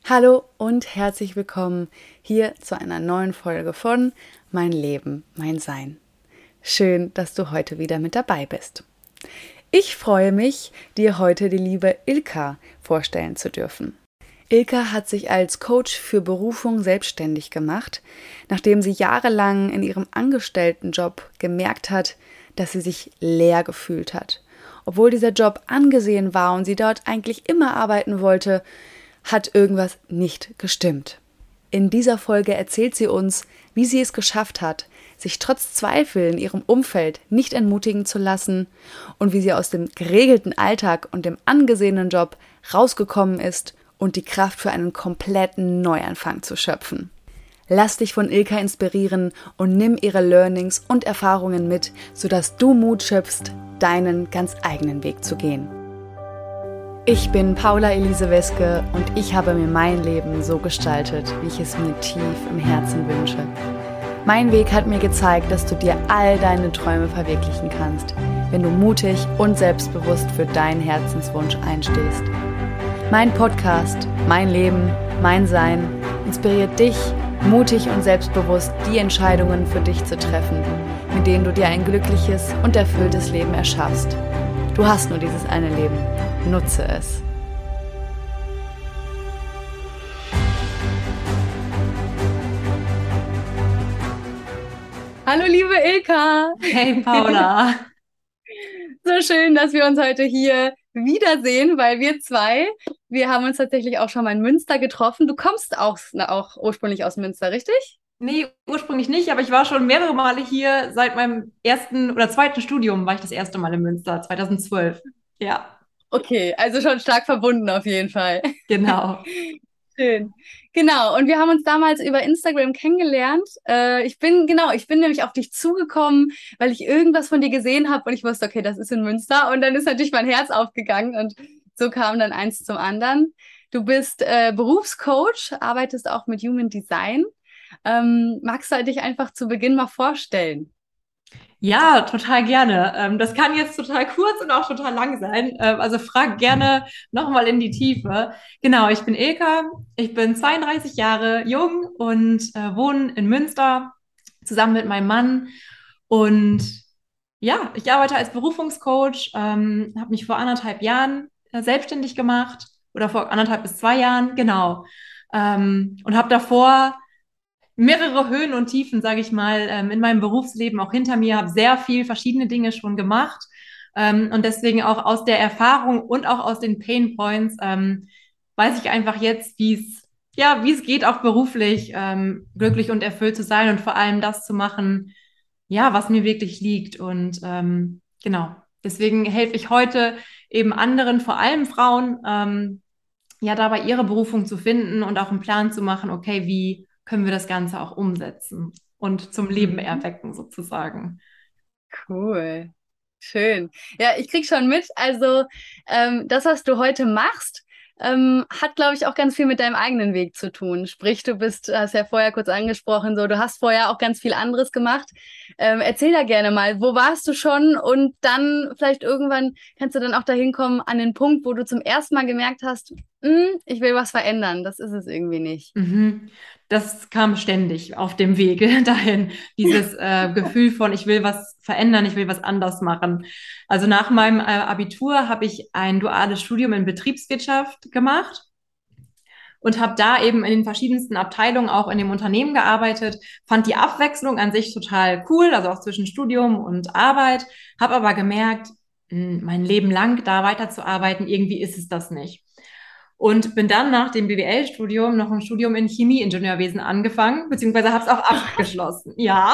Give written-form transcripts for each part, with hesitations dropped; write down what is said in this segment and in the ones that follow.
Hallo und herzlich willkommen hier zu einer neuen Folge von Mein Leben, mein Sein. Schön, dass du heute wieder mit dabei bist. Ich freue mich, dir heute die liebe Ilka vorstellen zu dürfen. Ilka hat sich als Coach für Berufung selbstständig gemacht, nachdem sie jahrelang in ihrem Angestelltenjob gemerkt hat, dass sie sich leer gefühlt hat. Obwohl dieser Job angesehen war und sie dort eigentlich immer arbeiten wollte, hat irgendwas nicht gestimmt. In dieser Folge erzählt sie uns, wie sie es geschafft hat, sich trotz Zweifel in ihrem Umfeld nicht entmutigen zu lassen und wie sie aus dem geregelten Alltag und dem angesehenen Job rausgekommen ist und die Kraft für einen kompletten Neuanfang zu schöpfen. Lass dich von Ilka inspirieren und nimm ihre Learnings und Erfahrungen mit, sodass du Mut schöpfst, deinen ganz eigenen Weg zu gehen. Ich bin Paula Elise Weske und ich habe mir mein Leben so gestaltet, wie ich es mir tief im Herzen wünsche. Mein Weg hat mir gezeigt, dass du dir all deine Träume verwirklichen kannst, wenn du mutig und selbstbewusst für deinen Herzenswunsch einstehst. Mein Podcast, mein Leben, mein Sein inspiriert dich, mutig und selbstbewusst die Entscheidungen für dich zu treffen, mit denen du dir ein glückliches und erfülltes Leben erschaffst. Du hast nur dieses eine Leben. Nutze es. Hallo liebe Ilka. Hey Paula. So schön, dass wir uns heute hier wiedersehen, weil wir haben uns tatsächlich auch schon mal in Münster getroffen. Du kommst auch ursprünglich aus Münster, richtig? Nee, ursprünglich nicht, aber ich war schon mehrere Male hier. Seit meinem ersten oder zweiten Studium war ich das erste Mal in Münster, 2012. Ja, Okay, also schon stark verbunden auf jeden Fall. genau. Schön. Genau, und wir haben uns damals über Instagram kennengelernt. Ich bin nämlich auf dich zugekommen, weil ich irgendwas von dir gesehen habe und ich wusste, okay, das ist in Münster. Und dann ist natürlich mein Herz aufgegangen und so kam dann eins zum anderen. Du bist Berufscoach, arbeitest auch mit Human Design. Magst du dich einfach zu Beginn mal vorstellen? Ja, total gerne. Das kann jetzt total kurz und auch total lang sein. Also frag gerne nochmal in die Tiefe. Genau, ich bin Ilka, ich bin 32 Jahre jung und wohne in Münster zusammen mit meinem Mann. Und ja, ich arbeite als Berufungscoach, habe mich vor 1,5 Jahren selbstständig gemacht oder vor 1,5 bis 2 Jahren, genau. Und habe davor mehrere Höhen und Tiefen, sage ich mal, in meinem Berufsleben auch hinter mir, habe sehr viel verschiedene Dinge schon gemacht und deswegen auch aus der Erfahrung und auch aus den Pain Points weiß ich einfach jetzt, wie es geht, auch beruflich glücklich und erfüllt zu sein und vor allem das zu machen, ja, was mir wirklich liegt und genau. Deswegen helfe ich heute eben anderen, vor allem Frauen, ja, dabei ihre Berufung zu finden und auch einen Plan zu machen, okay, wie können wir das Ganze auch umsetzen und zum Leben Mhm. erwecken sozusagen. Cool. Schön. Ja, ich krieg schon mit. Also, das, was du heute machst, hat, glaube ich, auch ganz viel mit deinem eigenen Weg zu tun. Sprich, hast ja vorher kurz angesprochen, so, du hast vorher auch ganz viel anderes gemacht. Erzähl da gerne mal, wo warst du schon? Und dann vielleicht irgendwann kannst du dann auch dahin kommen an den Punkt, wo du zum ersten Mal gemerkt hast, ich will was verändern. Das ist es irgendwie nicht. Mhm. Das kam ständig auf dem Wege dahin, dieses Gefühl von, ich will was verändern, ich will was anders machen. Also nach meinem Abitur habe ich ein duales Studium in Betriebswirtschaft gemacht und habe da eben in den verschiedensten Abteilungen auch in dem Unternehmen gearbeitet, fand die Abwechslung an sich total cool, also auch zwischen Studium und Arbeit, habe aber gemerkt, mein Leben lang da weiterzuarbeiten, irgendwie ist es das nicht. Und bin dann nach dem BWL-Studium noch ein Studium in Chemieingenieurwesen angefangen, beziehungsweise habe es auch abgeschlossen. Ja,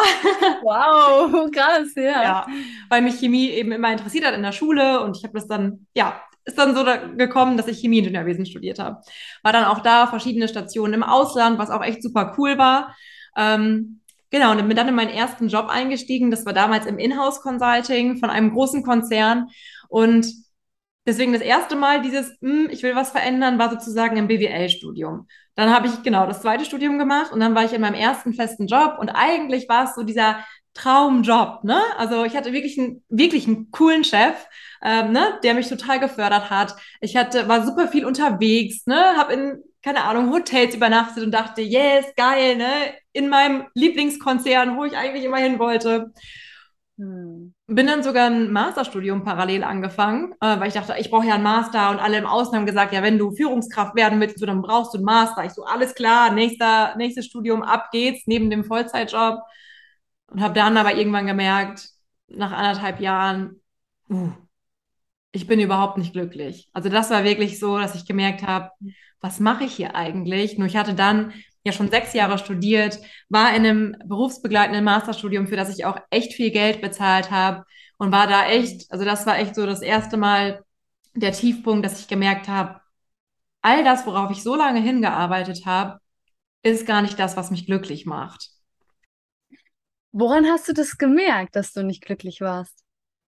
Wow, krass, ja. ja, weil mich Chemie eben immer interessiert hat in der Schule und ich habe das dann, ja, ist dann so gekommen, dass ich Chemieingenieurwesen studiert habe. War dann auch da verschiedene Stationen im Ausland, was auch echt super cool war. Genau, und bin dann in meinen ersten Job eingestiegen. Das war damals im Inhouse-Consulting von einem großen Konzern. Und deswegen das erste Mal dieses, ich will was verändern, war sozusagen im BWL-Studium. Dann habe ich genau das zweite Studium gemacht und dann war ich in meinem ersten festen Job und eigentlich war es so dieser Traumjob, ne? Also ich hatte wirklich einen coolen Chef, ne, der mich total gefördert hat. War super viel unterwegs, ne, habe in keine Ahnung, Hotels übernachtet und dachte, yes, geil, ne? In meinem Lieblingskonzern, wo ich eigentlich immer hin wollte. Hm. Bin dann sogar ein Masterstudium parallel angefangen, weil ich dachte, ich brauche ja einen Master und alle im Außen haben gesagt, ja, wenn du Führungskraft werden willst, so, dann brauchst du einen Master. Ich so, alles klar, nächstes Studium, ab geht's, neben dem Vollzeitjob. Und habe dann aber irgendwann gemerkt, nach 1,5 Jahren, uh, ich bin überhaupt nicht glücklich. Also das war wirklich so, dass ich gemerkt habe, was mache ich hier eigentlich? Nur ich hatte dann ja schon 6 Jahre studiert, war in einem berufsbegleitenden Masterstudium, für das ich auch echt viel Geld bezahlt habe und war da echt, also das war echt so das erste Mal der Tiefpunkt, dass ich gemerkt habe, all das, worauf ich so lange hingearbeitet habe, ist gar nicht das, was mich glücklich macht. Woran hast du das gemerkt, dass du nicht glücklich warst?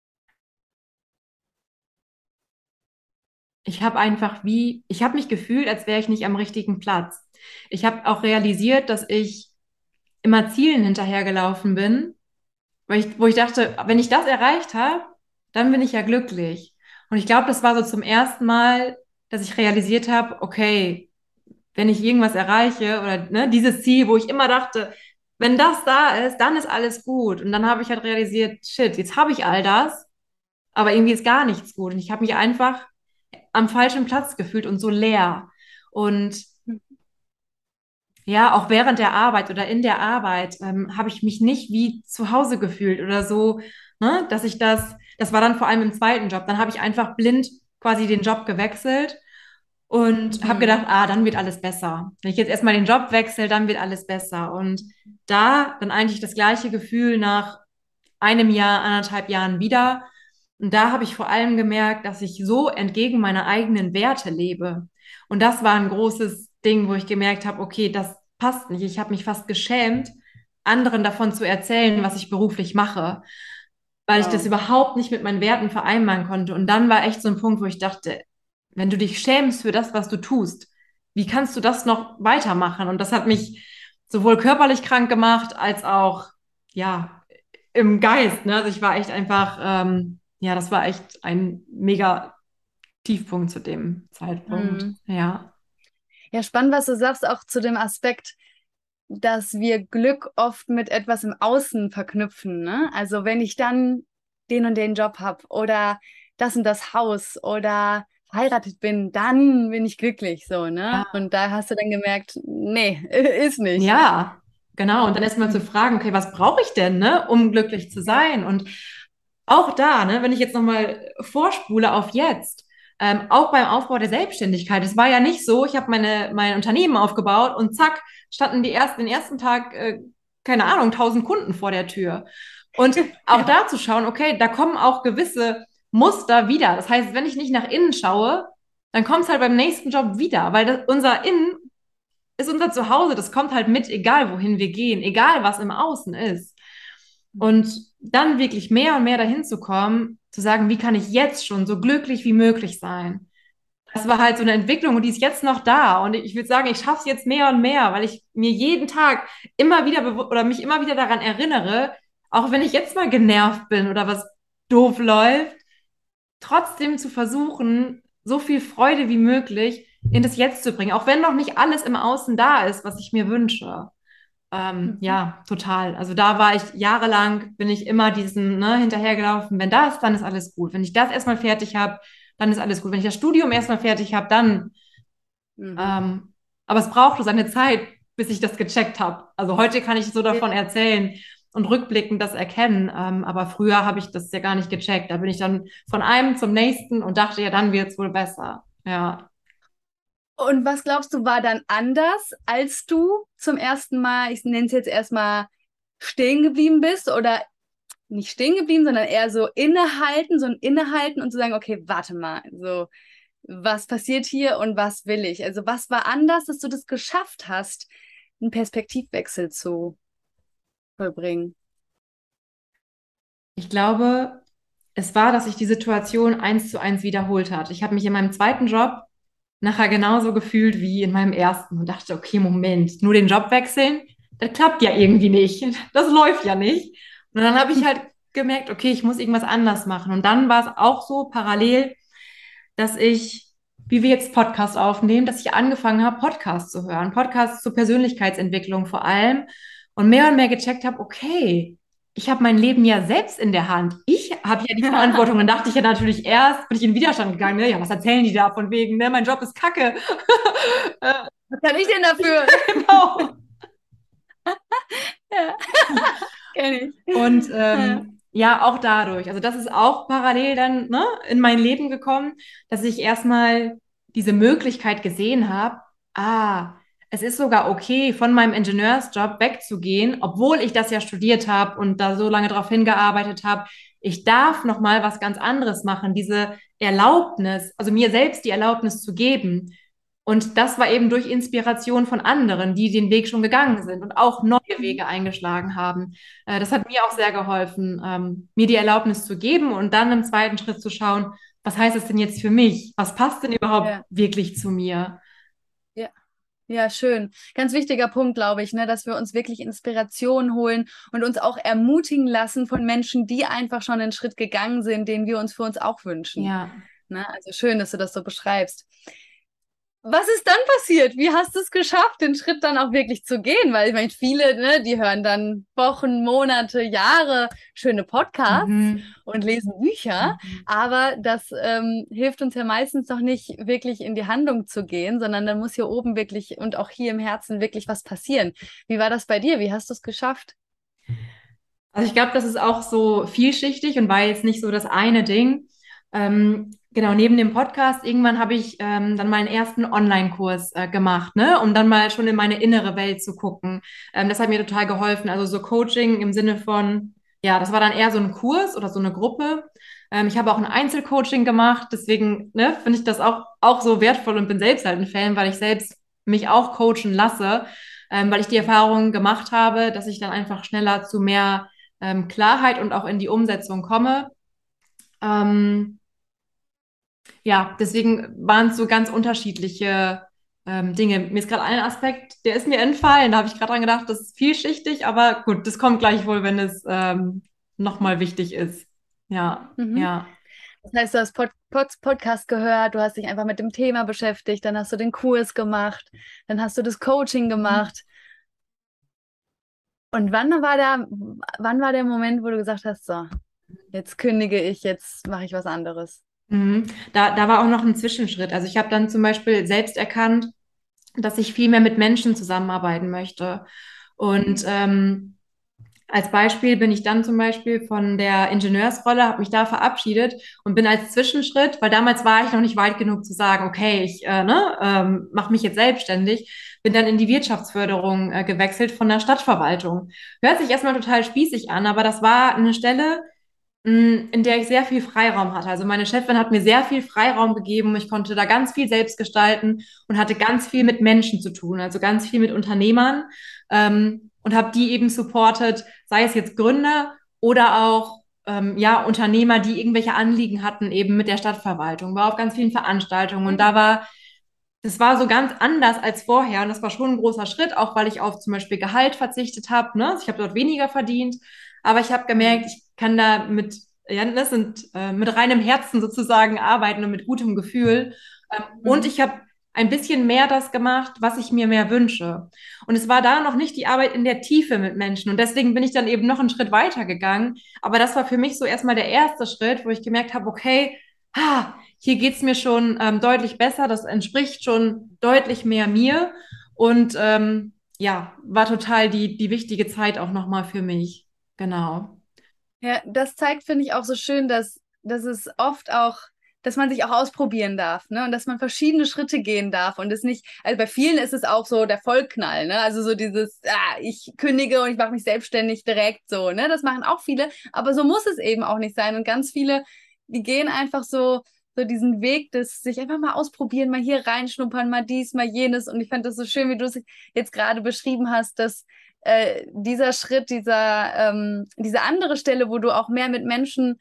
Ich habe mich gefühlt, als wäre ich nicht am richtigen Platz. Ich habe auch realisiert, dass ich immer Zielen hinterhergelaufen bin, wo ich dachte, wenn ich das erreicht habe, dann bin ich ja glücklich. Und ich glaube, das war so zum ersten Mal, dass ich realisiert habe, okay, wenn ich irgendwas erreiche oder ne, dieses Ziel, wo ich immer dachte, wenn das da ist, dann ist alles gut. Und dann habe ich halt realisiert, shit, jetzt habe ich all das, aber irgendwie ist gar nichts gut. Und ich habe mich einfach am falschen Platz gefühlt und so leer. Und ja, auch während der Arbeit oder in der Arbeit habe ich mich nicht wie zu Hause gefühlt oder so, ne, dass ich das war dann vor allem im zweiten Job. Dann habe ich einfach blind quasi den Job gewechselt und habe Mhm. gedacht, ah, dann wird alles besser. Wenn ich jetzt erstmal den Job wechsle, dann wird alles besser. Und da dann eigentlich das gleiche Gefühl nach einem Jahr, 1,5 Jahren wieder. Und da habe ich vor allem gemerkt, dass ich so entgegen meiner eigenen Werte lebe. Und das war ein großes Ding, wo ich gemerkt habe, okay, das passt nicht. Ich habe mich fast geschämt, anderen davon zu erzählen, was ich beruflich mache, weil ich das Wow. überhaupt nicht mit meinen Werten vereinbaren konnte. Und dann war echt so ein Punkt, wo ich dachte, wenn du dich schämst für das, was du tust, wie kannst du das noch weitermachen? Und das hat mich sowohl körperlich krank gemacht, als auch, ja, im Geist. Ne? Also ich war echt einfach, ja, das war echt ein mega Tiefpunkt zu dem Zeitpunkt. Mhm. Ja. Ja, spannend, was du sagst, auch zu dem Aspekt, dass wir Glück oft mit etwas im Außen verknüpfen, ne? Also wenn ich dann den und den Job habe oder das und das Haus oder verheiratet bin, dann bin ich glücklich, so, ne? Ja. Und da hast du dann gemerkt, nee, ist nicht. Ja, genau. Und dann erstmal zu Mhm. fragen, okay, was brauche ich denn, ne, um glücklich zu Ja. sein? Und auch da, ne, wenn ich jetzt nochmal vorspule auf jetzt, auch beim Aufbau der Selbstständigkeit, es war ja nicht so, ich habe mein Unternehmen aufgebaut und zack, standen den ersten Tag, keine Ahnung, 1.000 Kunden vor der Tür. Und auch Ja. da zu schauen, okay, da kommen auch gewisse Muster wieder. Das heißt, wenn ich nicht nach innen schaue, dann kommt es halt beim nächsten Job wieder, weil unser Innen ist unser Zuhause, das kommt halt mit, egal wohin wir gehen, egal was im Außen ist. Und dann wirklich mehr und mehr dahin zu kommen, zu sagen, wie kann ich jetzt schon so glücklich wie möglich sein? Das war halt so eine Entwicklung und die ist jetzt noch da. Und ich würde sagen, ich schaffe es jetzt mehr und mehr, weil ich mir jeden Tag immer wieder oder mich immer wieder daran erinnere, auch wenn ich jetzt mal genervt bin oder was doof läuft, trotzdem zu versuchen, so viel Freude wie möglich in das Jetzt zu bringen, auch wenn noch nicht alles im Außen da ist, was ich mir wünsche. Mhm. Ja, total. Also da war ich jahrelang, bin ich immer diesen ne, hinterhergelaufen. Wenn das, dann ist alles gut. Wenn ich das erstmal fertig habe, dann ist alles gut. Wenn ich das Studium erstmal fertig habe, dann. Mhm. Ähm, aber es brauchte seine Zeit, bis ich das gecheckt habe. Also heute kann ich so davon Ja. erzählen und rückblickend das erkennen. Aber früher habe ich das ja gar nicht gecheckt. Da bin ich dann von einem zum nächsten und dachte, ja, dann wird es wohl besser. Ja. Und was glaubst du, war dann anders, als du zum ersten Mal, ich nenne es jetzt erstmal, stehen geblieben bist oder nicht stehen geblieben, sondern eher so innehalten, so ein Innehalten und zu sagen, okay, warte mal, so, was passiert hier und was will ich? Also was war anders, dass du das geschafft hast, einen Perspektivwechsel zu vollbringen? Ich glaube, es war, dass sich die Situation 1:1 wiederholt hat. Ich habe mich in meinem zweiten Job nachher genauso gefühlt wie in meinem ersten und dachte, okay, Moment, nur den Job wechseln, das klappt ja irgendwie nicht. Das läuft ja nicht. Und dann habe ich halt gemerkt, okay, ich muss irgendwas anders machen. Und dann war es auch so parallel, dass ich wie wir jetzt Podcast aufnehmen, dass ich angefangen habe, Podcasts zu hören, Podcasts zur Persönlichkeitsentwicklung vor allem und mehr gecheckt habe, okay, ich habe mein Leben ja selbst in der Hand. Ich habe ja die Verantwortung. Dann dachte ich ja natürlich erst, bin ich in den Widerstand gegangen, ne? Ja, was erzählen die da von wegen, ne? Mein Job ist Kacke. Was kann ich denn dafür? Genau. Ja, kenne ich. Und Ja. ja, auch dadurch. Also das ist auch parallel dann ne, in mein Leben gekommen, dass ich erstmal diese Möglichkeit gesehen habe, es ist sogar okay, von meinem Ingenieursjob wegzugehen, obwohl ich das ja studiert habe und da so lange drauf hingearbeitet habe. Ich darf noch mal was ganz anderes machen, diese Erlaubnis, also mir selbst die Erlaubnis zu geben. Und das war eben durch Inspiration von anderen, die den Weg schon gegangen sind und auch neue Wege eingeschlagen haben. Das hat mir auch sehr geholfen, mir die Erlaubnis zu geben und dann im zweiten Schritt zu schauen, was heißt es denn jetzt für mich? Was passt denn überhaupt Ja, wirklich zu mir? ja. Ja, schön. Ganz wichtiger Punkt, glaube ich, ne, dass wir uns wirklich Inspiration holen und uns auch ermutigen lassen von Menschen, die einfach schon einen Schritt gegangen sind, den wir uns für uns auch wünschen. Ja. Ne? Also schön, dass du das so beschreibst. Was ist dann passiert? Wie hast du es geschafft, den Schritt dann auch wirklich zu gehen? Weil ich meine, viele, ne, die hören dann Wochen, Monate, Jahre schöne Podcasts Mhm. und lesen Bücher, Mhm. aber das hilft uns ja meistens noch nicht wirklich in die Handlung zu gehen, sondern dann muss hier oben wirklich und auch hier im Herzen wirklich was passieren. Wie war das bei dir? Wie hast du es geschafft? Also ich glaube, das ist auch so vielschichtig und war jetzt nicht so das eine Ding. Genau, neben dem Podcast, irgendwann habe ich dann meinen ersten Online-Kurs gemacht, ne, um dann mal schon in meine innere Welt zu gucken. Das hat mir total geholfen. Also so Coaching im Sinne von, ja, das war dann eher so ein Kurs oder so eine Gruppe. Ich habe auch ein Einzelcoaching gemacht, deswegen ne, finde ich das auch so wertvoll und bin selbst halt ein Fan, weil ich selbst mich auch coachen lasse, weil ich die Erfahrung gemacht habe, dass ich dann einfach schneller zu mehr Klarheit und auch in die Umsetzung komme. Ähm, ja, deswegen waren es so ganz unterschiedliche Dinge. Mir ist gerade ein Aspekt, der ist mir entfallen. Da habe ich gerade dran gedacht, das ist vielschichtig, aber gut, das kommt gleich wohl, wenn es nochmal wichtig ist. Ja, Mhm. ja. Das heißt, du hast Podcast gehört, du hast dich einfach mit dem Thema beschäftigt, dann hast du den Kurs gemacht, dann hast du das Coaching Mhm. gemacht. Und wann war der Moment, wo du gesagt hast, so, jetzt kündige ich, jetzt mache ich was anderes? Mhm. Da war auch noch ein Zwischenschritt. Also ich habe dann zum Beispiel selbst erkannt, dass ich viel mehr mit Menschen zusammenarbeiten möchte. Und als Beispiel bin ich dann zum Beispiel von der Ingenieursrolle, habe mich da verabschiedet und bin als Zwischenschritt, weil damals war ich noch nicht weit genug zu sagen, okay, ich mache mich jetzt selbstständig, bin dann in die Wirtschaftsförderung gewechselt von der Stadtverwaltung. Hört sich erstmal total spießig an, aber das war eine Stelle, in der ich sehr viel Freiraum hatte. Also meine Chefin hat mir sehr viel Freiraum gegeben. Ich konnte da ganz viel selbst gestalten und hatte ganz viel mit Menschen zu tun, also ganz viel mit Unternehmern und habe die eben supportet, sei es jetzt Gründer oder auch ja, Unternehmer, die irgendwelche Anliegen hatten, eben mit der Stadtverwaltung, war auf ganz vielen Veranstaltungen und das war so ganz anders als vorher und das war schon ein großer Schritt, auch weil ich auf zum Beispiel Gehalt verzichtet habe. Ne? Also ich habe dort weniger verdient, aber ich habe gemerkt, Mhm. ich kann da ja, das sind mit reinem Herzen sozusagen arbeiten und mit gutem Gefühl. Und Mhm. ich habe ein bisschen mehr das gemacht, was ich mir mehr wünsche. Und es war da noch nicht die Arbeit in der Tiefe mit Menschen. Und deswegen bin ich dann eben noch einen Schritt weiter gegangen. Aber das war für mich so erstmal der erste Schritt, wo ich gemerkt habe, okay, hier geht's mir schon deutlich besser, das entspricht schon deutlich mehr mir und ja, war total die wichtige Zeit auch nochmal für mich. Genau. Ja, das zeigt, finde ich, auch so schön, dass es oft auch, dass man sich auch ausprobieren darf, ne? Und dass man verschiedene Schritte gehen darf. Und es nicht, also bei vielen ist es auch so der Vollknall, ne? Also so dieses, ich kündige und ich mache mich selbstständig direkt so, ne? Das machen auch viele, aber so muss es eben auch nicht sein. Und ganz viele, die gehen einfach so diesen Weg des sich einfach mal ausprobieren, mal hier reinschnuppern, mal dies, mal jenes. Und ich fand das so schön, wie du es jetzt gerade beschrieben hast, dass dieser Schritt, diese andere Stelle, wo du auch mehr mit Menschen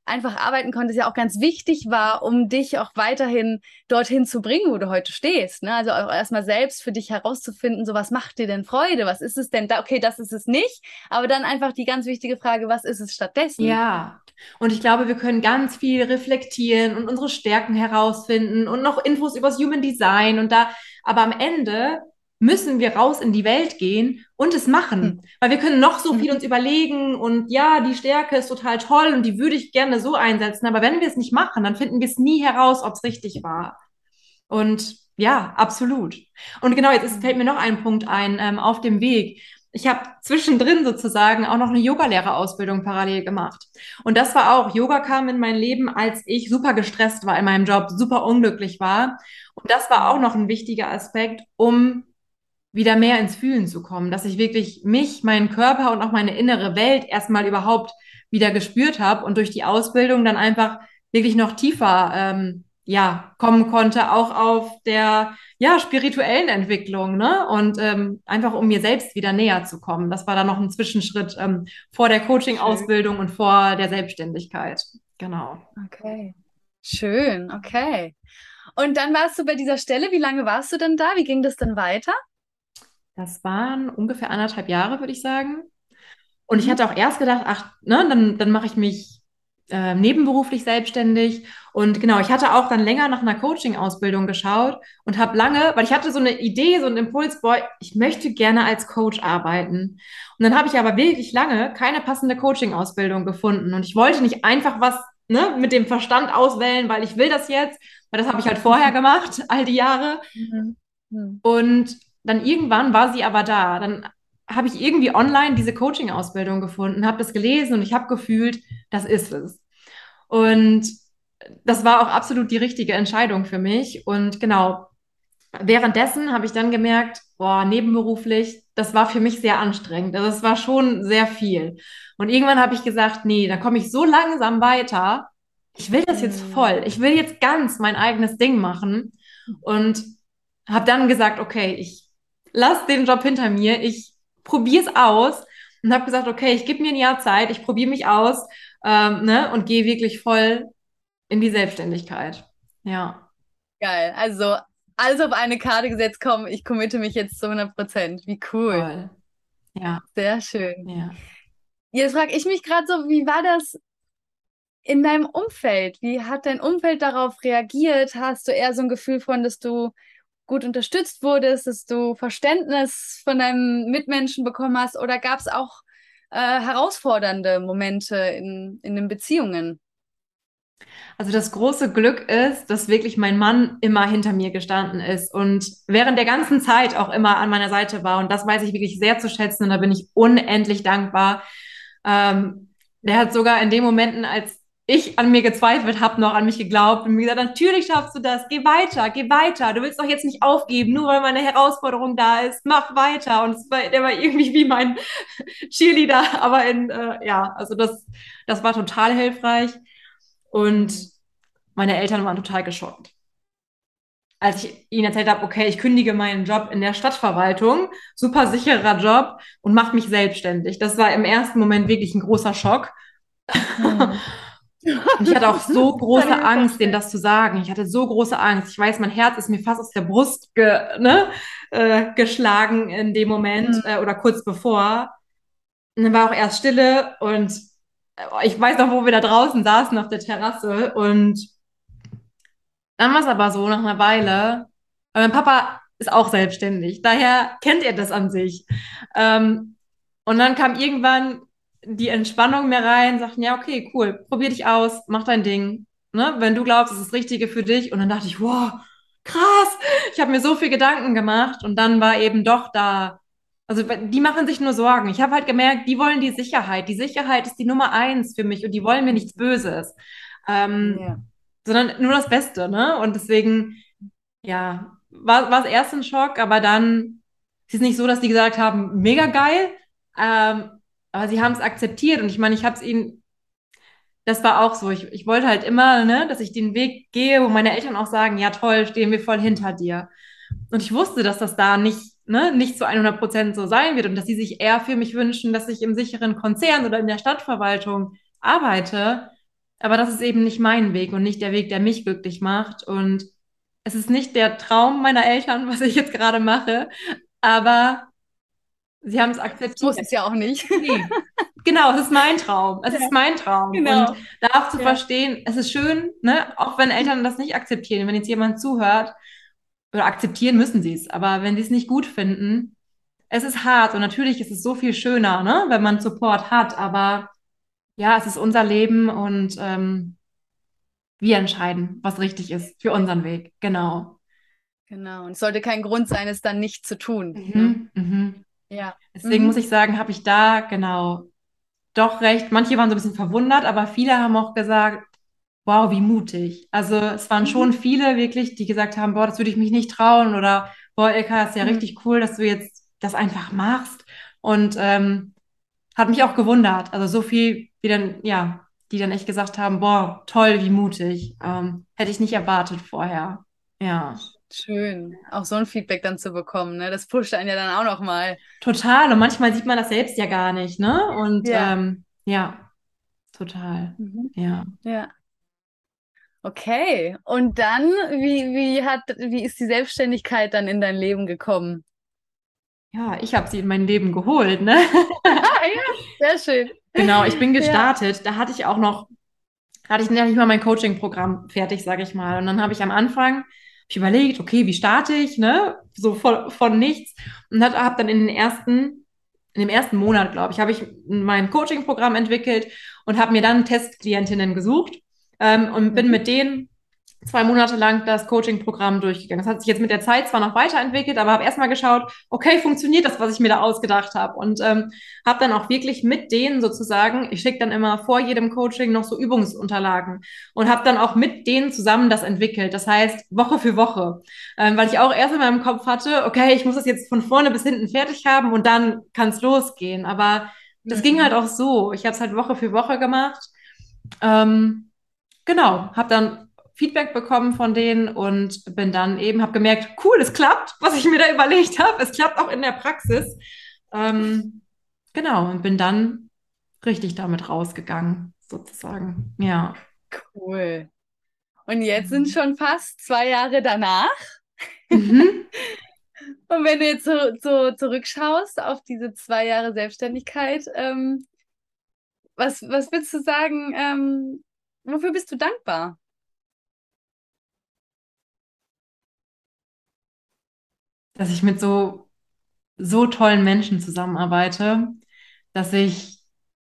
einfach arbeiten konntest, ja auch ganz wichtig war, um dich auch weiterhin dorthin zu bringen, wo du heute stehst. Ne? Also auch erstmal selbst für dich herauszufinden, so was macht dir denn Freude? Was ist es denn da? Okay, das ist es nicht, aber dann einfach die ganz wichtige Frage, was ist es stattdessen? Ja, und ich glaube, wir können ganz viel reflektieren und unsere Stärken herausfinden und noch Infos übers Human Design und da, aber am Ende müssen wir raus in die Welt gehen und es Hm. machen, weil wir können noch so viel Mhm. uns überlegen und ja, die Stärke ist total toll und die würde ich gerne so einsetzen, aber wenn wir es nicht machen, dann finden wir es nie heraus, ob es richtig war. Und ja, absolut. Und genau, fällt mir noch ein Punkt ein, auf dem Weg. Ich habe zwischendrin sozusagen auch noch eine Yogalehrerausbildung parallel gemacht. Und das war auch, Yoga kam in mein Leben, als ich super gestresst war in meinem Job, super unglücklich war. Und das war auch noch ein wichtiger Aspekt, um wieder mehr ins Fühlen zu kommen, dass ich wirklich mich, meinen Körper und auch meine innere Welt erstmal überhaupt wieder gespürt habe und durch die Ausbildung dann einfach wirklich noch tiefer ja, kommen konnte, auch auf der ja, spirituellen Entwicklung, ne? Und einfach um mir selbst wieder näher zu kommen. Das war dann noch ein Zwischenschritt vor der Schön. Coaching-Ausbildung und vor der Selbstständigkeit. Genau. Okay. Schön, okay. Und dann warst du bei dieser Stelle. Wie lange warst du denn da? Wie ging das dann weiter? Das waren ungefähr 1,5 Jahre, würde ich sagen. Und ich Mhm. hatte auch erst gedacht, ach, ne, dann mache ich mich nebenberuflich selbstständig. Und genau, ich hatte auch dann länger nach einer Coaching-Ausbildung geschaut und habe lange, weil ich hatte so eine Idee, so einen Impuls, boah, ich möchte gerne als Coach arbeiten. Und dann habe ich aber wirklich lange keine passende Coaching-Ausbildung gefunden. Und ich wollte nicht einfach was, ne, mit dem Verstand auswählen, weil ich will das jetzt, weil das habe ich halt vorher gemacht, all die Jahre. Mhm. Mhm. Und dann irgendwann war sie aber da. Dann habe ich irgendwie online diese Coaching-Ausbildung gefunden, habe das gelesen und ich habe gefühlt, das ist es. Und das war auch absolut die richtige Entscheidung für mich. Und genau, währenddessen habe ich dann gemerkt, boah, nebenberuflich, das war für mich sehr anstrengend. Also es war schon sehr viel. Und irgendwann habe ich gesagt, nee, da komme ich so langsam weiter. Ich will das jetzt Mhm. voll. Ich will jetzt ganz mein eigenes Ding machen. Und habe dann gesagt, okay, ich lasse den Job hinter mir. Ich probiere es aus und habe gesagt, okay, ich gebe mir ein Jahr Zeit, ich probiere mich aus, ne, und gehe wirklich voll in die Selbstständigkeit. Ja, Geil. Also alles auf eine Karte gesetzt, komm, ich committe mich jetzt zu 100%. Wie cool. voll. Ja, Sehr schön. ja. Jetzt frage ich mich gerade so, wie war das in deinem Umfeld? Wie hat dein Umfeld darauf reagiert? Hast du eher so ein Gefühl von, dass du gut unterstützt wurdest, dass du Verständnis von deinem Mitmenschen bekommen hast? Oder gab es auch herausfordernde Momente in den Beziehungen? Also das große Glück ist, dass wirklich mein Mann immer hinter mir gestanden ist und während der ganzen Zeit auch immer an meiner Seite war. Und das weiß ich wirklich sehr zu schätzen und da bin ich unendlich dankbar. Der hat sogar in den Momenten, als ich an mir gezweifelt habe, noch an mich geglaubt und mir gesagt, natürlich schaffst du das, geh weiter, geh weiter. Du willst doch jetzt nicht aufgeben, nur weil meine Herausforderung da ist, mach weiter. Und der war irgendwie wie mein Cheerleader, aber ja, also das war total hilfreich. Und Mhm. meine Eltern waren total geschockt. Als ich ihnen erzählt habe, okay, ich kündige meinen Job in der Stadtverwaltung, super sicherer Job und mache mich selbstständig. Das war im ersten Moment wirklich ein großer Schock. Hm. Und ich hatte auch so Kann ich große mir Angst, denen vorstellen. das zu sagen. Ich hatte so große Angst. Ich weiß, mein Herz ist mir fast aus der Brust geschlagen in dem Moment Hm. oder kurz bevor. Und dann war auch erst Stille und ich weiß noch, wo wir da draußen saßen auf der Terrasse und dann war es aber so nach einer Weile, weil mein Papa ist auch selbstständig, daher kennt er das an sich. Und dann kam irgendwann die Entspannung mehr rein, sagten, ja, okay, cool, probier dich aus, mach dein Ding, ne? Wenn du glaubst, es ist das Richtige für dich. Und dann dachte ich, wow, krass, ich habe mir so viel Gedanken gemacht und dann war eben doch da, also die machen sich nur Sorgen. Ich habe halt gemerkt, die wollen die Sicherheit. Die Sicherheit ist die Nummer eins für mich und die wollen mir nichts Böses. Ja. Sondern nur das Beste, ne? Und deswegen, ja, war es erst ein Schock, aber dann ist es nicht so, dass die gesagt haben, mega geil, ähm, aber sie haben es akzeptiert und ich meine, ich habe es ihnen, das war auch so, ich wollte halt immer, ne, dass ich den Weg gehe, wo meine Eltern auch sagen, ja toll, stehen wir voll hinter dir. Und ich wusste, dass das da nicht, ne, nicht zu 100% so sein wird und dass sie sich eher für mich wünschen, dass ich im sicheren Konzern oder in der Stadtverwaltung arbeite. Aber das ist eben nicht mein Weg und nicht der Weg, der mich glücklich macht. Und es ist nicht der Traum meiner Eltern, was ich jetzt gerade mache, aber sie haben es Muss akzeptiert. es ja auch nicht. Nee. Genau, es ist mein Traum. Es Ja, ist mein Traum. Und genau. da auch zu Ja. verstehen, es ist schön, ne, auch wenn Eltern das nicht akzeptieren, wenn jetzt jemand zuhört, oder akzeptieren müssen sie es, aber wenn sie es nicht gut finden, es ist hart und natürlich ist es so viel schöner, ne, wenn man Support hat, aber ja, es ist unser Leben und wir entscheiden, was richtig ist für unseren Weg. Genau. Genau. Und es sollte kein Grund sein, es dann nicht zu tun. Ne? Mhm, mhm. Ja. Deswegen muss Mhm. ich sagen, habe ich da genau doch recht. Manche waren so ein bisschen verwundert, aber viele haben auch gesagt, wow, wie mutig. Also es waren Mhm. schon viele wirklich, die gesagt haben, boah, das würde ich mich nicht trauen oder boah, Ilka, ist ja Mhm. richtig cool, dass du jetzt das einfach machst. Und hat mich auch gewundert. Also so viel, wie dann, ja, die dann echt gesagt haben, boah, toll, wie mutig. Hätte ich nicht erwartet vorher. Ja, Schön, auch so ein Feedback dann zu bekommen, ne? Das pusht einen ja dann auch noch mal. total. Und manchmal sieht man das selbst ja gar nicht, ne? Und Ja. ja, total. Mhm. Ja. Ja. Okay. Und dann, wie ist die Selbstständigkeit dann in dein Leben gekommen? Ja, ich habe sie in mein Leben geholt, ne? Ah, ja, sehr schön. Genau, ich bin Ja. gestartet. Da hatte ich auch noch, hatte ich noch nicht mal mein Coaching-Programm fertig, sage ich mal. Und dann habe ich am Anfang hab ich überlegt, okay, wie starte ich, ne? So von nichts. Und habe dann in dem ersten Monat, glaube ich, habe ich mein Coaching-Programm entwickelt und habe mir dann Testklientinnen gesucht und bin Mhm. mit denen 2 Monate lang das Coaching-Programm durchgegangen. Das hat sich jetzt mit der Zeit zwar noch weiterentwickelt, aber habe erstmal geschaut, okay, funktioniert das, was ich mir da ausgedacht habe? Und habe dann auch wirklich mit denen sozusagen, ich schicke dann immer vor jedem Coaching noch so Übungsunterlagen und habe dann auch mit denen zusammen das entwickelt. Das heißt, Woche für Woche. Weil ich auch erst in meinem Kopf hatte, okay, ich muss das jetzt von vorne bis hinten fertig haben und dann kann es losgehen. Aber das ging halt Mhm. auch so. Ich habe es halt Woche für Woche gemacht. Ähm, Genau, habe dann Feedback bekommen von denen und bin dann eben, habe gemerkt, cool, es klappt, was ich mir da überlegt habe. Es klappt auch in der Praxis. Ähm, genau, und bin dann richtig damit rausgegangen, sozusagen. Ja. Cool. Und jetzt sind schon fast 2 Jahre danach. Mhm. Und wenn du jetzt so zurückschaust auf diese 2 Jahre Selbstständigkeit, was würdest du sagen, wofür bist du dankbar? Dass ich mit so tollen Menschen zusammenarbeite, dass ich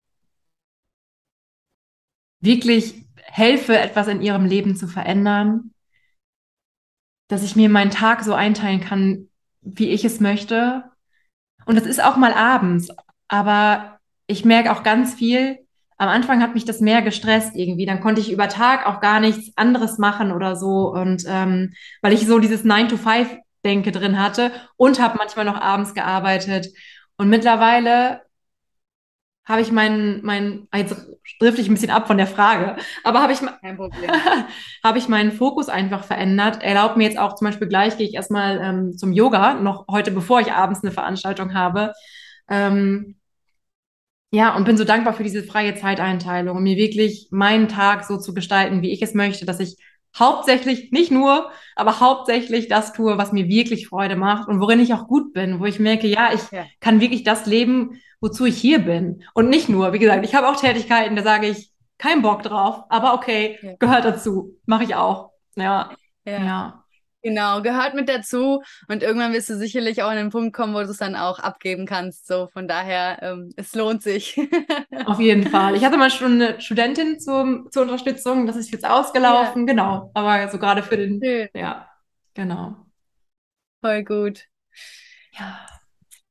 wirklich helfe, etwas in ihrem Leben zu verändern, dass ich mir meinen Tag so einteilen kann, wie ich es möchte. Und das ist auch mal abends, aber ich merke auch ganz viel. Am Anfang hat mich das mehr gestresst irgendwie. Dann konnte ich über Tag auch gar nichts anderes machen oder so. Und weil ich so dieses 9-to-5-Denke drin hatte und habe manchmal noch abends gearbeitet. Und mittlerweile habe ich jetzt drifte ich ein bisschen ab von der Frage, aber Kein Problem. habe ich meinen Fokus einfach verändert. Erlaubt mir jetzt auch zum Beispiel gleich gehe ich erstmal zum Yoga, noch heute, bevor ich abends eine Veranstaltung habe. Ähm, ja, und bin so dankbar für diese freie Zeiteinteilung und mir wirklich meinen Tag so zu gestalten, wie ich es möchte, dass ich hauptsächlich, nicht nur, aber hauptsächlich das tue, was mir wirklich Freude macht und worin ich auch gut bin, wo ich merke, ja, ich Ja. kann wirklich das leben, wozu ich hier bin. Und nicht nur, wie gesagt, ich habe auch Tätigkeiten, da sage ich, kein Bock drauf, aber okay, Ja. gehört dazu, mache ich auch. Ja, Ja. ja, Genau, gehört mit dazu und irgendwann wirst du sicherlich auch an den Punkt kommen, wo du es dann auch abgeben kannst. So, von daher, es lohnt sich. auf jeden Fall. Ich hatte mal schon eine Studentin zur Unterstützung, das ist jetzt Ja, ausgelaufen, genau, aber so gerade für den, schön, ja, genau. voll gut. Ja.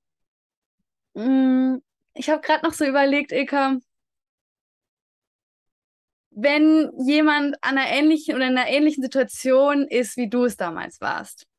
Mm, Ich habe gerade noch so überlegt, Ilka, wenn jemand an einer ähnlichen oder in einer ähnlichen Situation ist, wie du es damals warst,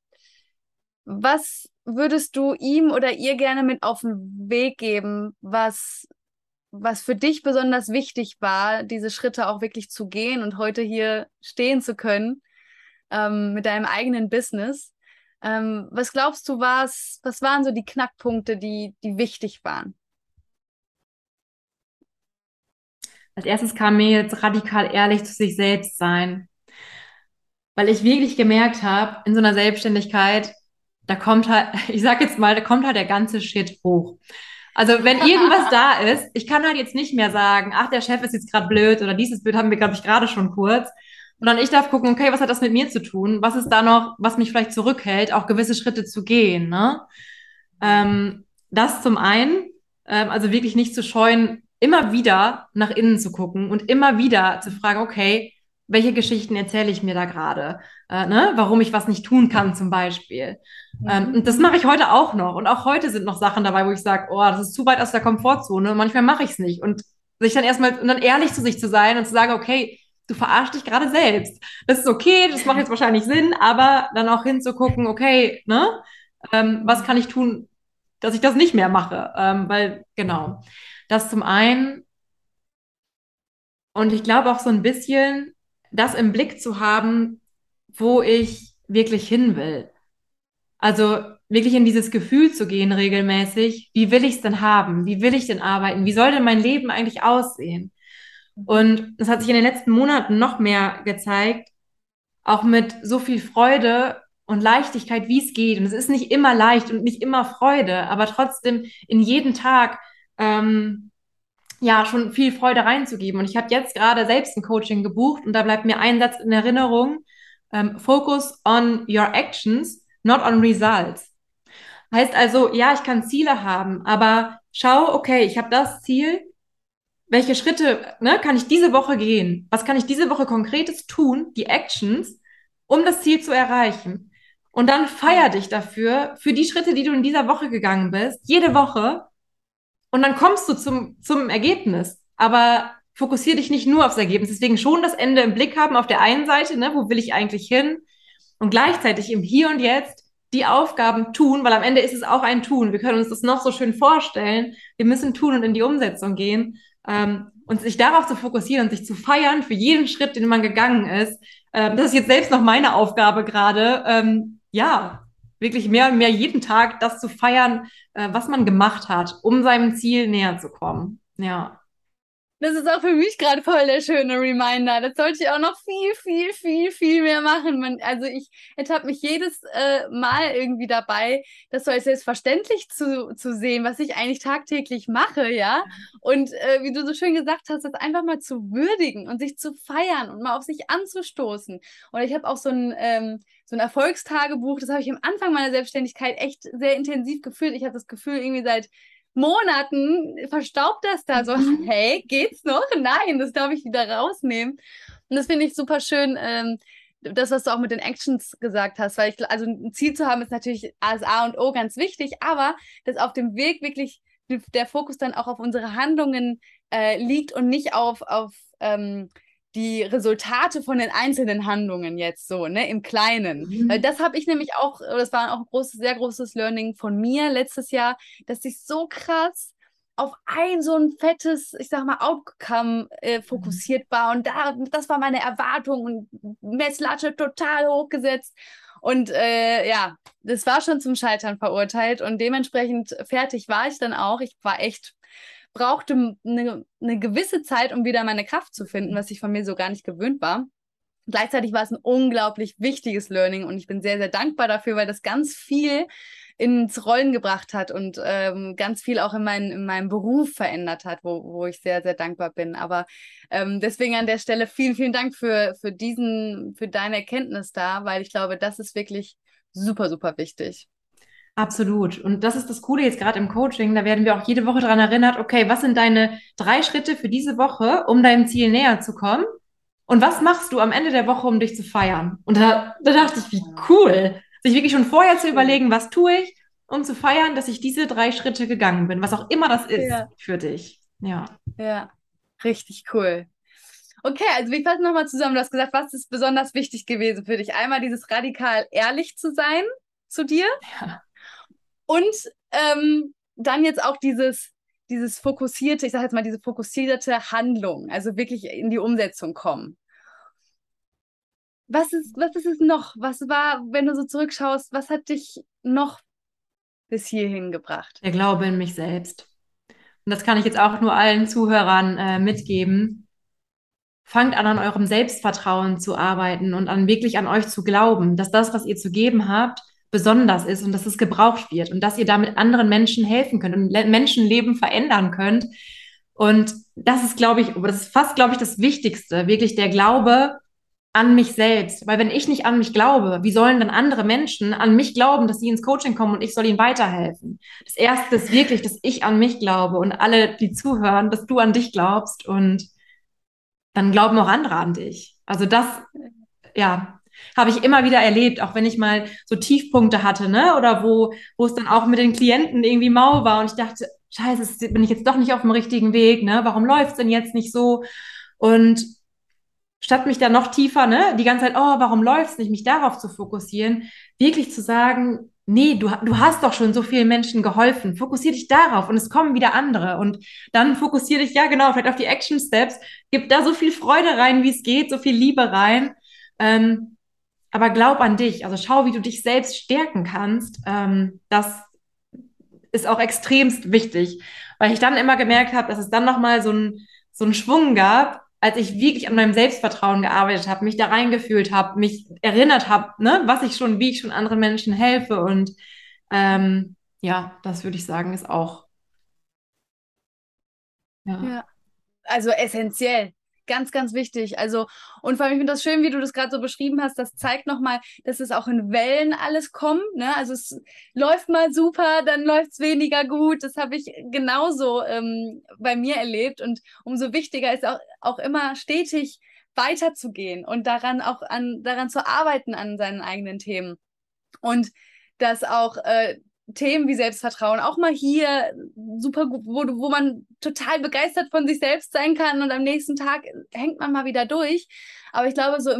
was würdest du ihm oder ihr gerne mit auf den Weg geben, was für dich besonders wichtig war, diese Schritte auch wirklich zu gehen und heute hier stehen zu können, mit deinem eigenen Business? Was glaubst du, was waren so die Knackpunkte, die wichtig waren? Als erstes kam mir jetzt radikal ehrlich zu sich selbst sein, weil ich wirklich gemerkt habe, in so einer Selbstständigkeit, da kommt halt, ich sag jetzt mal, da kommt halt der ganze Shit hoch. Also wenn irgendwas da ist, ich kann halt jetzt nicht mehr sagen, ach, der Chef ist jetzt gerade blöd oder dieses Bild haben wir, glaube ich, gerade schon kurz. Sondern ich darf gucken, okay, was hat das mit mir zu tun? Was ist da noch, was mich vielleicht zurückhält, auch gewisse Schritte zu gehen, ne? Das zum einen, also wirklich nicht zu scheuen, immer wieder nach innen zu gucken und immer wieder zu fragen, okay, welche Geschichten erzähle ich mir da gerade? Ne? Warum ich was nicht tun kann zum Beispiel. Und das mache ich heute auch noch. Und auch heute sind noch Sachen dabei, wo ich sage, oh, das ist zu weit aus der Komfortzone. Und manchmal mache ich es nicht. Und sich dann erstmal und dann ehrlich zu sich zu sein und zu sagen, okay, du verarschst dich gerade selbst. Das ist okay, das macht jetzt wahrscheinlich Sinn, aber dann auch hinzugucken, okay, ne? Was kann ich tun, dass ich das nicht mehr mache? Weil, genau, das zum einen. Und ich glaube auch so ein bisschen, das im Blick zu haben, wo ich wirklich hin will. Also wirklich in dieses Gefühl zu gehen regelmäßig, wie will ich es denn haben? Wie will ich denn arbeiten? Wie soll denn mein Leben eigentlich aussehen? Und das hat sich in den letzten Monaten noch mehr gezeigt, auch mit so viel Freude und Leichtigkeit, wie es geht. Und es ist nicht immer leicht und nicht immer Freude, aber trotzdem in jeden Tag ja schon viel Freude reinzugeben. Und ich habe jetzt gerade selbst ein Coaching gebucht und da bleibt mir ein Satz in Erinnerung: Focus on your actions, not on results. Heißt also, ja, ich kann Ziele haben, aber schau, okay, ich habe das Ziel, welche Schritte, ne, kann ich diese Woche gehen? Was kann ich diese Woche Konkretes tun, die Actions, um das Ziel zu erreichen? Und dann feier dich dafür, für die Schritte, die du in dieser Woche gegangen bist, jede Woche. Und dann kommst du zum Ergebnis. Aber fokussier dich nicht nur aufs Ergebnis. Deswegen schon das Ende im Blick haben auf der einen Seite, ne, wo will ich eigentlich hin? Und gleichzeitig im Hier und Jetzt die Aufgaben tun, weil am Ende ist es auch ein Tun. Wir können uns das noch so schön vorstellen. Wir müssen tun und in die Umsetzung gehen. Und sich darauf zu fokussieren und sich zu feiern für jeden Schritt, den man gegangen ist. Das ist jetzt selbst noch meine Aufgabe gerade. Ja, wirklich mehr und mehr jeden Tag das zu feiern, was man gemacht hat, um seinem Ziel näher zu kommen. Ja. Das ist auch für mich gerade voll der schöne Reminder. Das sollte ich auch noch viel, viel, viel, viel mehr machen. Also ich ertappe mich jedes Mal irgendwie dabei, das so als selbstverständlich zu sehen, was ich eigentlich tagtäglich mache, ja. Und wie du so schön gesagt hast, das einfach mal zu würdigen und sich zu feiern und mal auf sich anzustoßen. Und ich habe auch so ein Erfolgstagebuch, das habe ich am Anfang meiner Selbstständigkeit echt sehr intensiv gefühlt. Ich habe das Gefühl, irgendwie seit Monaten verstaubt das da so, Mhm. hey, geht's noch? Nein, das darf ich wieder rausnehmen. Und das finde ich super schön, das, was du auch mit den Actions gesagt hast, weil also ein Ziel zu haben ist natürlich als A und O ganz wichtig, aber dass auf dem Weg wirklich der Fokus dann auch auf unsere Handlungen liegt und nicht auf die Resultate von den einzelnen Handlungen jetzt so, ne, im Kleinen. Weil Mhm. das habe ich nämlich auch, das war auch ein großes, sehr großes Learning von mir letztes Jahr, dass ich so krass auf ein so ein fettes, ich sag mal, Outcome fokussiert war. Und das war meine Erwartung und Messlatte total hochgesetzt. Und ja, das war schon zum Scheitern verurteilt. Und dementsprechend fertig war ich dann auch. Ich war echt, brauchte eine gewisse Zeit, um wieder meine Kraft zu finden, was ich von mir so gar nicht gewöhnt war. Gleichzeitig war es ein unglaublich wichtiges Learning und ich bin sehr, sehr dankbar dafür, weil das ganz viel ins Rollen gebracht hat und ganz viel auch in meinem Beruf verändert hat, wo ich sehr, sehr dankbar bin. Aber deswegen an der Stelle vielen, vielen Dank für deine Erkenntnis da, weil ich glaube, das ist wirklich super, super wichtig. Absolut. Und das ist das Coole jetzt gerade im Coaching. Da werden wir auch jede Woche daran erinnert, okay, was sind deine 3 Schritte für diese Woche, um deinem Ziel näher zu kommen? Und was machst du am Ende der Woche, um dich zu feiern? Und da dachte ich, wie cool, sich wirklich schon vorher zu Schön. überlegen, was tue ich, um zu feiern, dass ich diese 3 Schritte gegangen bin, was auch immer das ist Ja, für dich. Ja. ja, richtig cool. Okay, also wir fassen nochmal zusammen. Du hast gesagt, was ist besonders wichtig gewesen für dich? Einmal dieses radikal ehrlich zu sein zu dir Ja. und dann jetzt auch dieses fokussierte, ich sage jetzt mal, diese fokussierte Handlung, also wirklich in die Umsetzung kommen. Was ist es noch? Was war, wenn du so zurückschaust, was hat dich noch bis hierhin gebracht? Der Glaube in mich selbst. Und das kann ich jetzt auch nur allen Zuhörern mitgeben. fangt an eurem Selbstvertrauen zu arbeiten und an wirklich an euch zu glauben, dass das, was ihr zu geben habt, besonders ist und dass es gebraucht wird und dass ihr damit anderen Menschen helfen könnt und Menschenleben verändern könnt. Und das ist, glaube ich, das ist fast, glaube ich, das Wichtigste, wirklich der Glaube an mich selbst. Weil wenn ich nicht an mich glaube, wie sollen dann andere Menschen an mich glauben, dass sie ins Coaching kommen und ich soll ihnen weiterhelfen? Das Erste ist wirklich, dass ich an mich glaube und alle, die zuhören, dass du an dich glaubst und dann glauben auch andere an dich. Also das, ja, habe ich immer wieder erlebt, auch wenn ich mal so Tiefpunkte hatte, ne? Oder wo es dann auch mit den Klienten irgendwie mau war und ich dachte, Scheiße, bin ich jetzt doch nicht auf dem richtigen Weg, ne? Warum läuft es denn jetzt nicht so? Und statt mich dann noch tiefer, ne, die ganze Zeit, oh, warum läuft's nicht, mich darauf zu fokussieren, wirklich zu sagen, nee, du hast doch schon so vielen Menschen geholfen, fokussier dich darauf und es kommen wieder andere und dann fokussier dich, ja genau, vielleicht auf die Action Steps, gib da so viel Freude rein, wie es geht, so viel Liebe rein, aber glaub an dich, also schau, wie du dich selbst stärken kannst, das ist auch extremst wichtig, weil ich dann immer gemerkt habe, dass es dann nochmal so einen Schwung gab, als ich wirklich an meinem Selbstvertrauen gearbeitet habe, mich da reingefühlt habe, mich erinnert habe, ne, wie ich schon anderen Menschen helfe und ja, das würde ich sagen, ist auch, ja. Ja. Also essentiell. Ganz, ganz wichtig. Also, und vor allem, ich finde das schön, wie du das gerade so beschrieben hast. Das zeigt nochmal, dass es auch in Wellen alles kommt. Ne? Also es läuft mal super, dann läuft es weniger gut. Das habe ich genauso bei mir erlebt. Und umso wichtiger ist auch immer stetig weiterzugehen und daran zu arbeiten an seinen eigenen Themen. Und dass auch Themen wie Selbstvertrauen auch mal hier super gut, wo man total begeistert von sich selbst sein kann und am nächsten Tag hängt man mal wieder durch. Aber ich glaube, so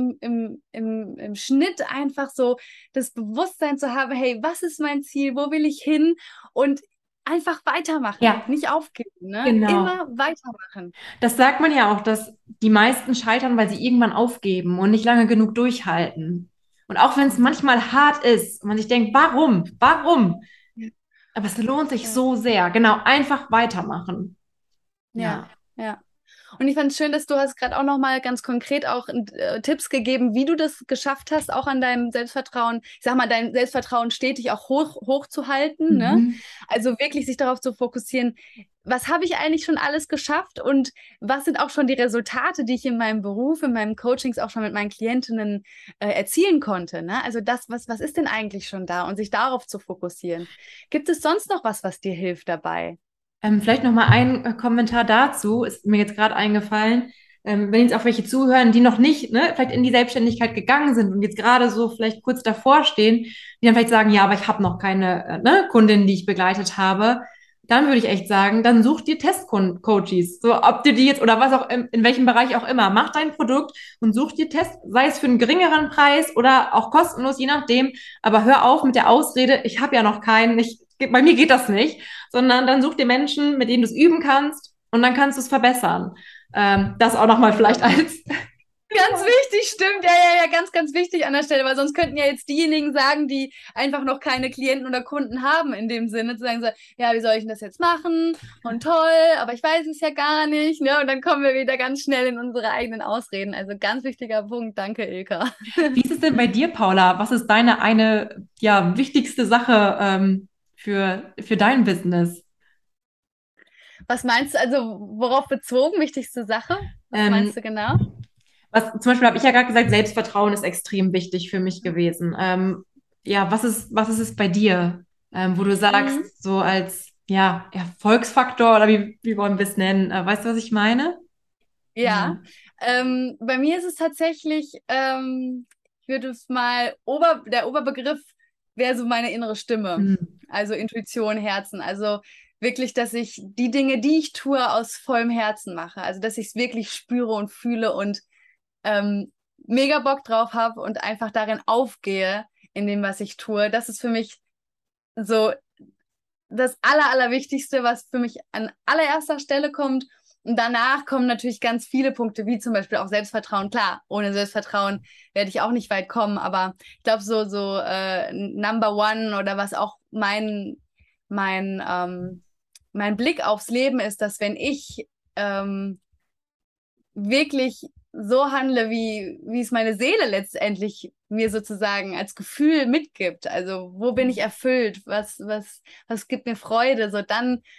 im Schnitt einfach so das Bewusstsein zu haben, hey, was ist mein Ziel, wo will ich hin? Und einfach weitermachen, Ja, nicht aufgeben, ne? genau. Immer weitermachen. Das sagt man ja auch, dass die meisten scheitern, weil sie irgendwann aufgeben und nicht lange genug durchhalten. Und auch wenn es Mhm. manchmal hart ist und man sich denkt, warum? Warum? Ja, Aber es lohnt sich ja, so sehr. Genau, einfach weitermachen. ja. Ja. Ja. Und ich fand es schön, dass du hast gerade auch nochmal ganz konkret auch Tipps gegeben, wie du das geschafft hast, auch an deinem Selbstvertrauen, ich sag mal, dein Selbstvertrauen stetig auch hoch zu halten, ne? Mhm. Also wirklich sich darauf zu fokussieren, was habe ich eigentlich schon alles geschafft und was sind auch schon die Resultate, die ich in meinem Beruf, in meinen Coachings auch schon mit meinen Klientinnen erzielen konnte, ne? Also was ist denn eigentlich schon da und sich darauf zu fokussieren. Gibt es sonst noch was dir hilft dabei? Vielleicht noch mal ein Kommentar dazu, ist mir jetzt gerade eingefallen. Wenn jetzt auch welche zuhören, die noch nicht, ne, vielleicht in die Selbstständigkeit gegangen sind und jetzt gerade so vielleicht kurz davor stehen, die dann vielleicht sagen, ja, aber ich habe noch keine ne, Kundin, die ich begleitet habe, dann würde ich echt sagen, dann such dir Testcoaches, so ob du die jetzt oder was auch in welchem Bereich auch immer, mach dein Produkt und such dir Test, sei es für einen geringeren Preis oder auch kostenlos, je nachdem, aber hör auf mit der Ausrede, ich habe ja noch keinen, bei mir geht das nicht, sondern dann such dir Menschen, mit denen du es üben kannst und dann kannst du es verbessern. Das auch nochmal vielleicht als. Ganz wichtig, stimmt. Ja, ganz, ganz wichtig an der Stelle, weil sonst könnten ja jetzt diejenigen sagen, die einfach noch keine Klienten oder Kunden haben, in dem Sinne, zu sagen so, ja, wie soll ich denn das jetzt machen? Und toll, aber ich weiß es ja gar nicht, ne? Und dann kommen wir wieder ganz schnell in unsere eigenen Ausreden. Also ganz wichtiger Punkt. Danke, Ilka. Wie ist es denn bei dir, Paula? Was ist deine eine ja, wichtigste Sache für dein Business? Was meinst du, also worauf bezogen? Wichtigste Sache? Was meinst Ähm, du genau? zum Beispiel habe ich ja gerade gesagt, Selbstvertrauen ist extrem wichtig für mich gewesen. Ja, was ist es bei dir, wo du Mhm. sagst, so als ja, Erfolgsfaktor oder wie wollen wir es nennen? Weißt du, was ich meine? Ja, Ja. bei mir ist es tatsächlich, ich würde es mal, der Oberbegriff wäre so meine innere Stimme, Mhm. also Intuition, Herzen, also wirklich, dass ich die Dinge, die ich tue, aus vollem Herzen mache, also dass ich es wirklich spüre und fühle und mega Bock drauf habe und einfach darin aufgehe in dem, was ich tue. Das ist für mich so das Allerwichtigste, was für mich an allererster Stelle kommt. Und danach kommen natürlich ganz viele Punkte, wie zum Beispiel auch Selbstvertrauen. Klar, ohne Selbstvertrauen werde ich auch nicht weit kommen, aber ich glaube, so Number One oder was auch mein, mein Blick aufs Leben ist, dass wenn ich wirklich so handle, wie es meine Seele letztendlich mir sozusagen als Gefühl mitgibt. Also wo bin ich erfüllt? Was gibt mir Freude? So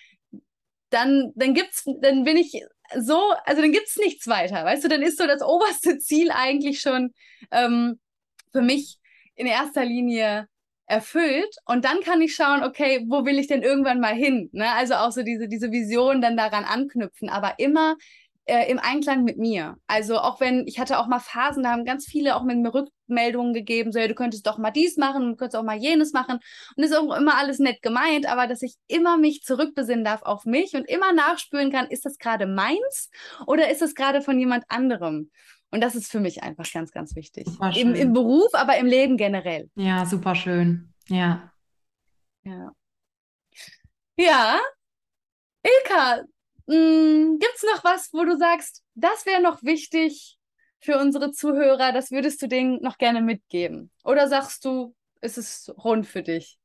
dann bin ich so, also dann gibt's nichts weiter, weißt du, dann ist so das oberste Ziel eigentlich schon für mich in erster Linie erfüllt und dann kann ich schauen, okay, wo will ich denn irgendwann mal hin? Ne? Also auch so diese Vision dann daran anknüpfen, aber immer im Einklang mit mir. Also auch wenn, ich hatte auch mal Phasen, da haben ganz viele auch mit mir Rückmeldungen gegeben, so, ja, du könntest doch mal dies machen, du könntest auch mal jenes machen. Und das ist auch immer alles nett gemeint, aber dass ich immer mich zurückbesinnen darf auf mich und immer nachspüren kann, ist das gerade meins oder ist das gerade von jemand anderem? Und das ist für mich einfach ganz, ganz wichtig. Super Im schön. Beruf, aber im Leben generell. Ja, super schön. Ja. Ja, ja. Ilka, gibt's noch was, wo du sagst, das wäre noch wichtig für unsere Zuhörer, das würdest du denen noch gerne mitgeben? Oder sagst du, ist es rund für dich?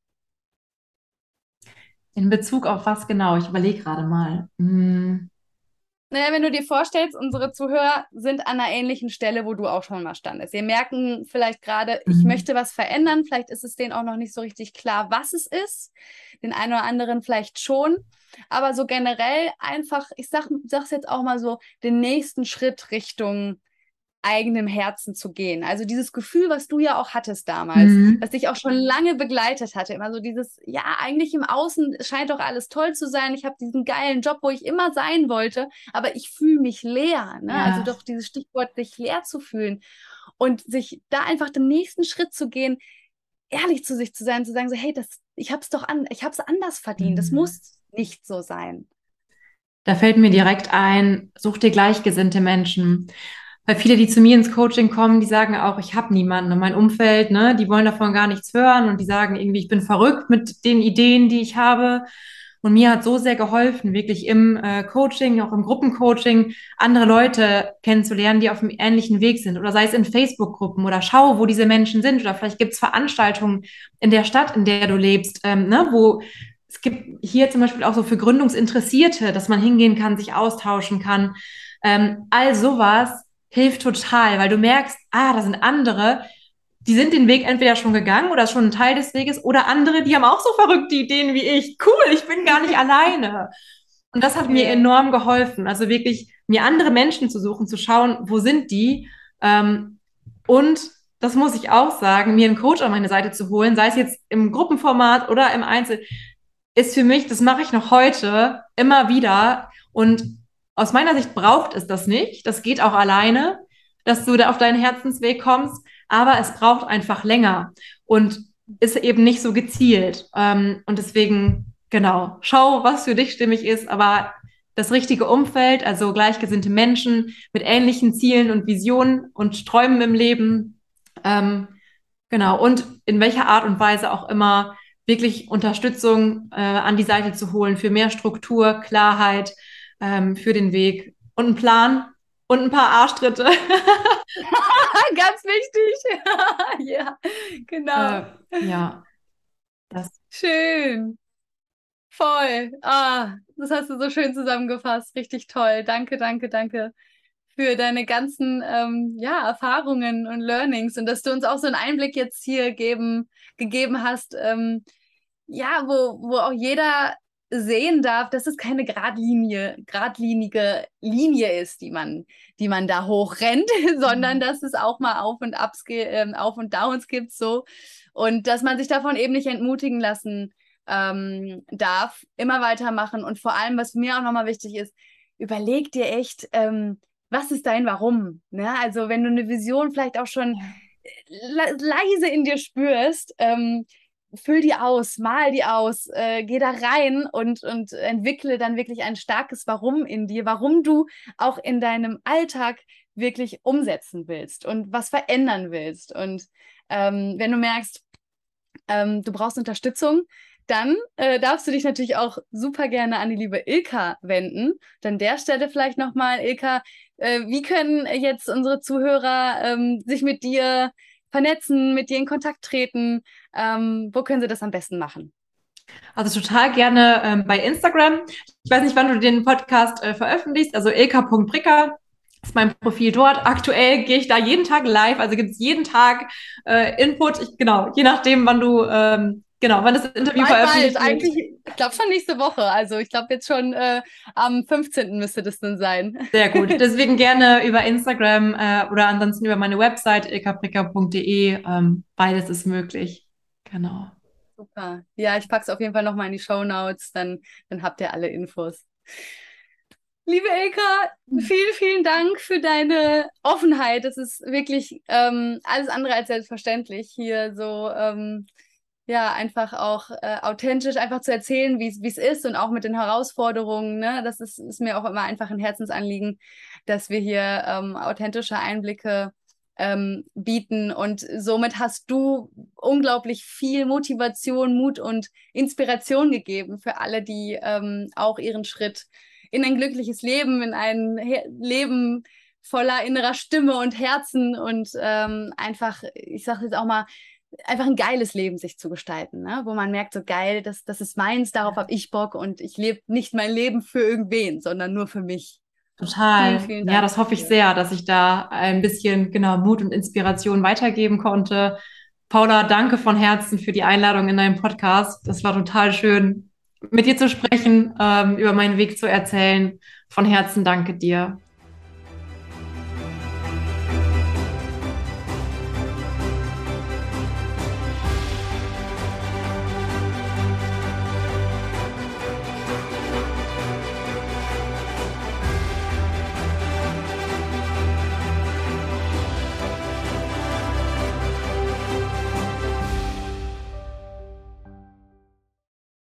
In Bezug auf was genau? Ich überlege gerade mal. Naja, wenn du dir vorstellst, unsere Zuhörer sind an einer ähnlichen Stelle, wo du auch schon mal standest. Sie merken vielleicht gerade, ich Mhm. möchte was verändern. Vielleicht ist es denen auch noch nicht so richtig klar, was es ist. Den einen oder anderen vielleicht schon. Aber so generell einfach, sag's jetzt auch mal so, den nächsten Schritt Richtung eigenem Herzen zu gehen. Also dieses Gefühl, was du ja auch hattest damals, Mhm. was dich auch schon lange begleitet hatte, immer so dieses, ja, eigentlich im Außen scheint doch alles toll zu sein. Ich habe diesen geilen Job, wo ich immer sein wollte, aber ich fühle mich leer. Ne? Also Ja, doch dieses Stichwort, sich leer zu fühlen und sich da einfach den nächsten Schritt zu gehen, ehrlich zu sich zu sein, zu sagen so, hey, ich habe es anders verdient. Das Mhm. muss nicht so sein. Da fällt mir direkt ein, such dir gleichgesinnte Menschen. Weil viele, die zu mir ins Coaching kommen, die sagen auch, ich habe niemanden in meinem Umfeld, ne, die wollen davon gar nichts hören und die sagen irgendwie, ich bin verrückt mit den Ideen, die ich habe. Und mir hat so sehr geholfen, wirklich im Coaching, auch im Gruppencoaching, andere Leute kennenzulernen, die auf einem ähnlichen Weg sind. Oder sei es in Facebook-Gruppen oder schau, wo diese Menschen sind. Oder vielleicht gibt es Veranstaltungen in der Stadt, in der du lebst, ne, wo es gibt hier zum Beispiel auch so für Gründungsinteressierte, dass man hingehen kann, sich austauschen kann. All sowas hilft total, weil du merkst, da sind andere, die sind den Weg entweder schon gegangen oder schon ein Teil des Weges oder andere, die haben auch so verrückte Ideen wie ich. Cool, ich bin gar nicht alleine. Und das hat mir Ja. enorm geholfen. Also wirklich mir andere Menschen zu suchen, zu schauen, wo sind die? Und das muss ich auch sagen, mir einen Coach an meine Seite zu holen, sei es jetzt im Gruppenformat oder im Einzel, ist für mich, das mache ich noch heute immer wieder. Und aus meiner Sicht braucht es das nicht. Das geht auch alleine, dass du da auf deinen Herzensweg kommst. Aber es braucht einfach länger und ist eben nicht so gezielt. Und deswegen, genau, schau, was für dich stimmig ist, aber das richtige Umfeld, also gleichgesinnte Menschen mit ähnlichen Zielen und Visionen und Träumen im Leben, ähm, genau, und in welcher Art und Weise auch immer wirklich Unterstützung an die Seite zu holen für mehr Struktur, Klarheit für den Weg und einen Plan und ein paar Arschtritte. Ganz wichtig. Ja, genau. Ja, das. Schön. Voll. Das hast du so schön zusammengefasst. Richtig toll. Danke, danke, danke für deine ganzen ja, Erfahrungen und Learnings und dass du uns auch so einen Einblick jetzt hier gegeben hast, ja, wo auch jeder sehen darf, dass es keine geradlinige Linie ist, die man da hochrennt, sondern dass es auch mal Auf und Downs gibt, so. Und dass man sich davon eben nicht entmutigen lassen darf, immer weitermachen. Und vor allem, was mir auch nochmal wichtig ist, überleg dir echt, was ist dein Warum? Ne? Also, wenn du eine Vision vielleicht auch schon Ja. leise in dir spürst, füll die aus, mal die aus, geh da rein und entwickle dann wirklich ein starkes Warum in dir, warum du auch in deinem Alltag wirklich umsetzen willst und was verändern willst. Und wenn du merkst, du brauchst Unterstützung, dann darfst du dich natürlich auch super gerne an die liebe Ilka wenden. Und an der Stelle vielleicht nochmal, Ilka, wie können jetzt unsere Zuhörer sich mit dir vernetzen, mit dir in Kontakt treten? Wo können sie das am besten machen? Also total gerne bei Instagram. Ich weiß nicht, wann du den Podcast veröffentlichst, also ilka.bricker. ist mein Profil dort. Aktuell gehe ich da jeden Tag live, also gibt es jeden Tag Input. Genau, je nachdem, wann du, wann das Interview veröffentlicht wird. Eigentlich, ich glaube schon nächste Woche. Also ich glaube jetzt schon am 15. müsste das dann sein. Sehr gut. Deswegen gerne über Instagram oder ansonsten über meine Website ilkapricker.de. Beides ist möglich. Genau. Super. Ja, ich packe es auf jeden Fall nochmal in die Shownotes, dann habt ihr alle Infos. Liebe Ilka, vielen, vielen Dank für deine Offenheit. Das ist wirklich alles andere als selbstverständlich, hier so ja einfach auch authentisch einfach zu erzählen, wie es ist und auch mit den Herausforderungen. Ne? Das ist mir auch immer einfach ein Herzensanliegen, dass wir hier authentische Einblicke bieten. Und somit hast du unglaublich viel Motivation, Mut und Inspiration gegeben für alle, die auch ihren Schritt in ein glückliches Leben, in ein Leben voller innerer Stimme und Herzen und einfach, ich sage jetzt auch mal, einfach ein geiles Leben sich zu gestalten, ne? Wo man merkt, so geil, das ist meins, darauf habe ich Bock und ich lebe nicht mein Leben für irgendwen, sondern nur für mich. Vielen, Total. vielen Ja, Dank das hoffe ich dafür. sehr, dass ich da ein bisschen, genau, Mut und Inspiration weitergeben konnte. Paula, danke von Herzen für die Einladung in deinen Podcast. Das war total schön, mit dir zu sprechen, über meinen Weg zu erzählen. Von Herzen danke dir.